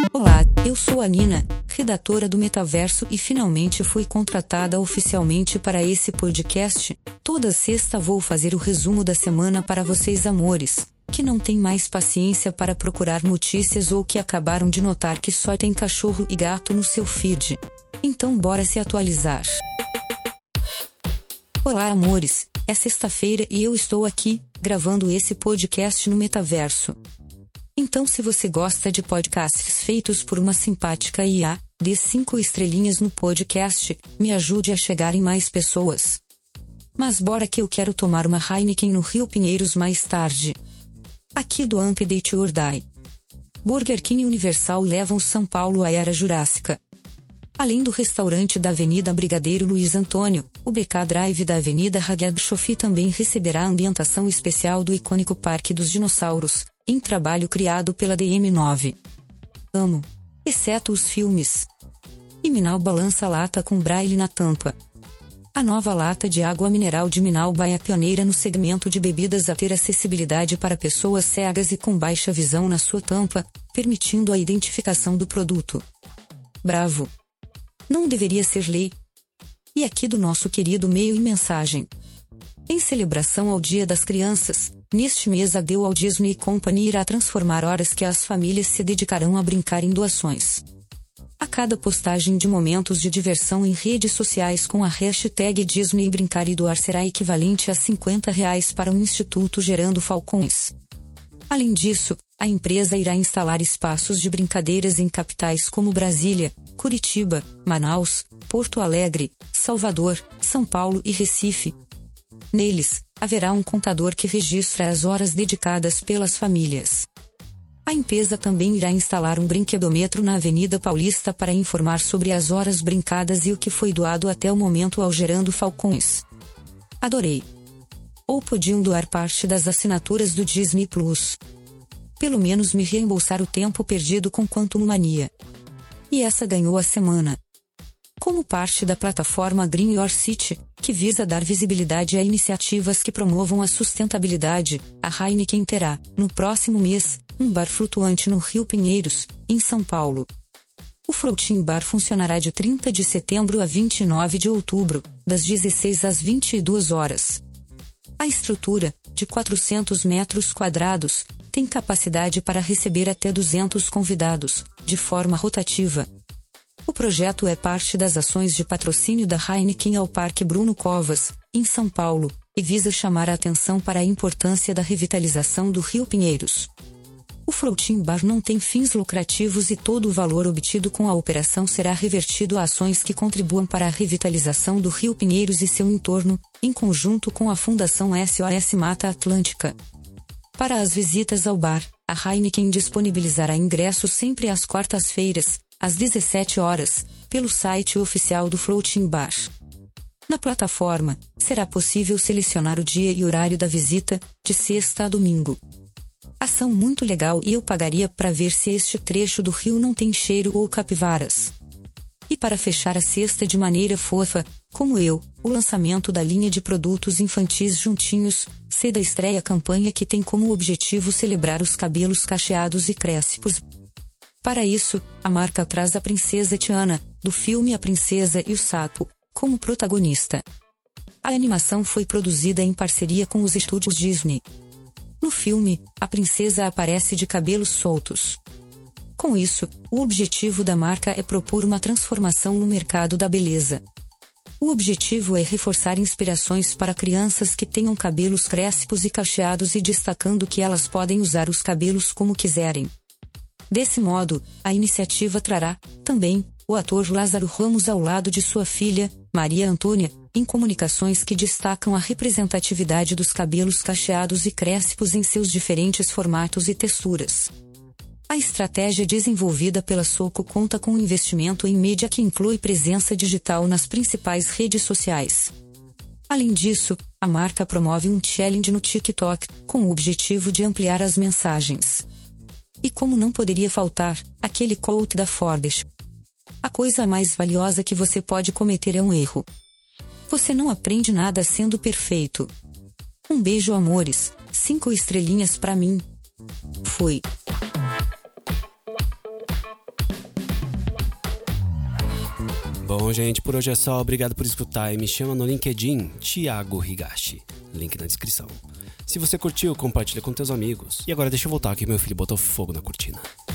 Olá, eu sou a Nina, redatora do Metaverso e finalmente fui contratada oficialmente para esse podcast. Toda sexta vou fazer o resumo da semana para vocês, amores, que não têm mais paciência para procurar notícias ou que acabaram de notar que só tem cachorro e gato no seu feed. Então bora se atualizar. Olá, amores, é sexta-feira e eu estou aqui, gravando esse podcast no Metaverso. Então, se você gosta de podcasts feitos por uma simpática IA, dê 5 estrelinhas no podcast, me ajude a chegar em mais pessoas. Mas bora que eu quero tomar uma Heineken no Rio Pinheiros mais tarde. Aqui do Update or Die. Burger King e Universal levam São Paulo à era jurássica. Além do restaurante da Avenida Brigadeiro Luiz Antônio, o BK Drive da Avenida Haged Shofi também receberá a ambientação especial do icônico Parque dos Dinossauros, em trabalho criado pela DM9. Amo. Exceto os filmes. E Minal balança lata com braille na tampa. A nova lata de água mineral de Minalba é a pioneira no segmento de bebidas a ter acessibilidade para pessoas cegas e com baixa visão na sua tampa, permitindo a identificação do produto. Bravo! Não deveria ser lei. E aqui do nosso querido meio e mensagem. Em celebração ao Dia das Crianças, neste mês a The Walt Disney Company irá transformar horas que as famílias se dedicarão a brincar em doações. A cada postagem de momentos de diversão em redes sociais com a hashtag Disney Brincar e Doar será equivalente a R$50 para um instituto gerando falcões. Além disso, a empresa irá instalar espaços de brincadeiras em capitais como Brasília, Curitiba, Manaus, Porto Alegre, Salvador, São Paulo e Recife. Neles, haverá um contador que registra as horas dedicadas pelas famílias. A empresa também irá instalar um brinquedômetro na Avenida Paulista para informar sobre as horas brincadas e o que foi doado até o momento ao gerando falcões. Adorei! Ou podiam doar parte das assinaturas do Disney Plus. Pelo menos me reembolsar o tempo perdido com Quantum Mania. E essa ganhou a semana. Como parte da plataforma Green Your City, que visa dar visibilidade a iniciativas que promovam a sustentabilidade, a Heineken terá, no próximo mês, um bar flutuante no Rio Pinheiros, em São Paulo. O Floating Bar funcionará de 30 de setembro a 29 de outubro, das 16 às 22 horas. A estrutura, de 400 metros quadrados, tem capacidade para receber até 200 convidados, de forma rotativa. O projeto é parte das ações de patrocínio da Heineken ao Parque Bruno Covas, em São Paulo, e visa chamar a atenção para a importância da revitalização do Rio Pinheiros. O Floating Bar não tem fins lucrativos e todo o valor obtido com a operação será revertido a ações que contribuam para a revitalização do Rio Pinheiros e seu entorno, em conjunto com a Fundação SOS Mata Atlântica. Para as visitas ao bar, a Heineken disponibilizará ingressos sempre às quartas-feiras, às 17 horas, pelo site oficial do Floating Bar. Na plataforma, será possível selecionar o dia e horário da visita, de sexta a domingo. Ação muito legal e eu pagaria para ver se este trecho do rio não tem cheiro ou capivaras. E para fechar a sexta de maneira fofa, como eu, o lançamento da linha de produtos infantis Juntinhos, cedo estreia a campanha que tem como objetivo celebrar os cabelos cacheados e crespos. Para isso, a marca traz a princesa Tiana, do filme A Princesa e o Sapo, como protagonista. A animação foi produzida em parceria com os estúdios Disney. No filme, a princesa aparece de cabelos soltos. Com isso, o objetivo da marca é propor uma transformação no mercado da beleza. O objetivo é reforçar inspirações para crianças que tenham cabelos crespos e cacheados e destacando que elas podem usar os cabelos como quiserem. Desse modo, a iniciativa trará, também, o ator Lázaro Ramos ao lado de sua filha, Maria Antônia, em comunicações que destacam a representatividade dos cabelos cacheados e crespos em seus diferentes formatos e texturas. A estratégia desenvolvida pela Soco conta com um investimento em mídia que inclui presença digital nas principais redes sociais. Além disso, a marca promove um challenge no TikTok, com o objetivo de ampliar as mensagens. E como não poderia faltar, aquele quote da Forbes. A coisa mais valiosa que você pode cometer é um erro. Você não aprende nada sendo perfeito. Um beijo, amores. 5 estrelinhas pra mim. Fui. Bom, gente, por hoje é só. Obrigado por escutar e me chama no LinkedIn, Thiago Higashi. Link na descrição. Se você curtiu, compartilha com teus amigos. E agora deixa eu voltar que meu filho botou fogo na cortina.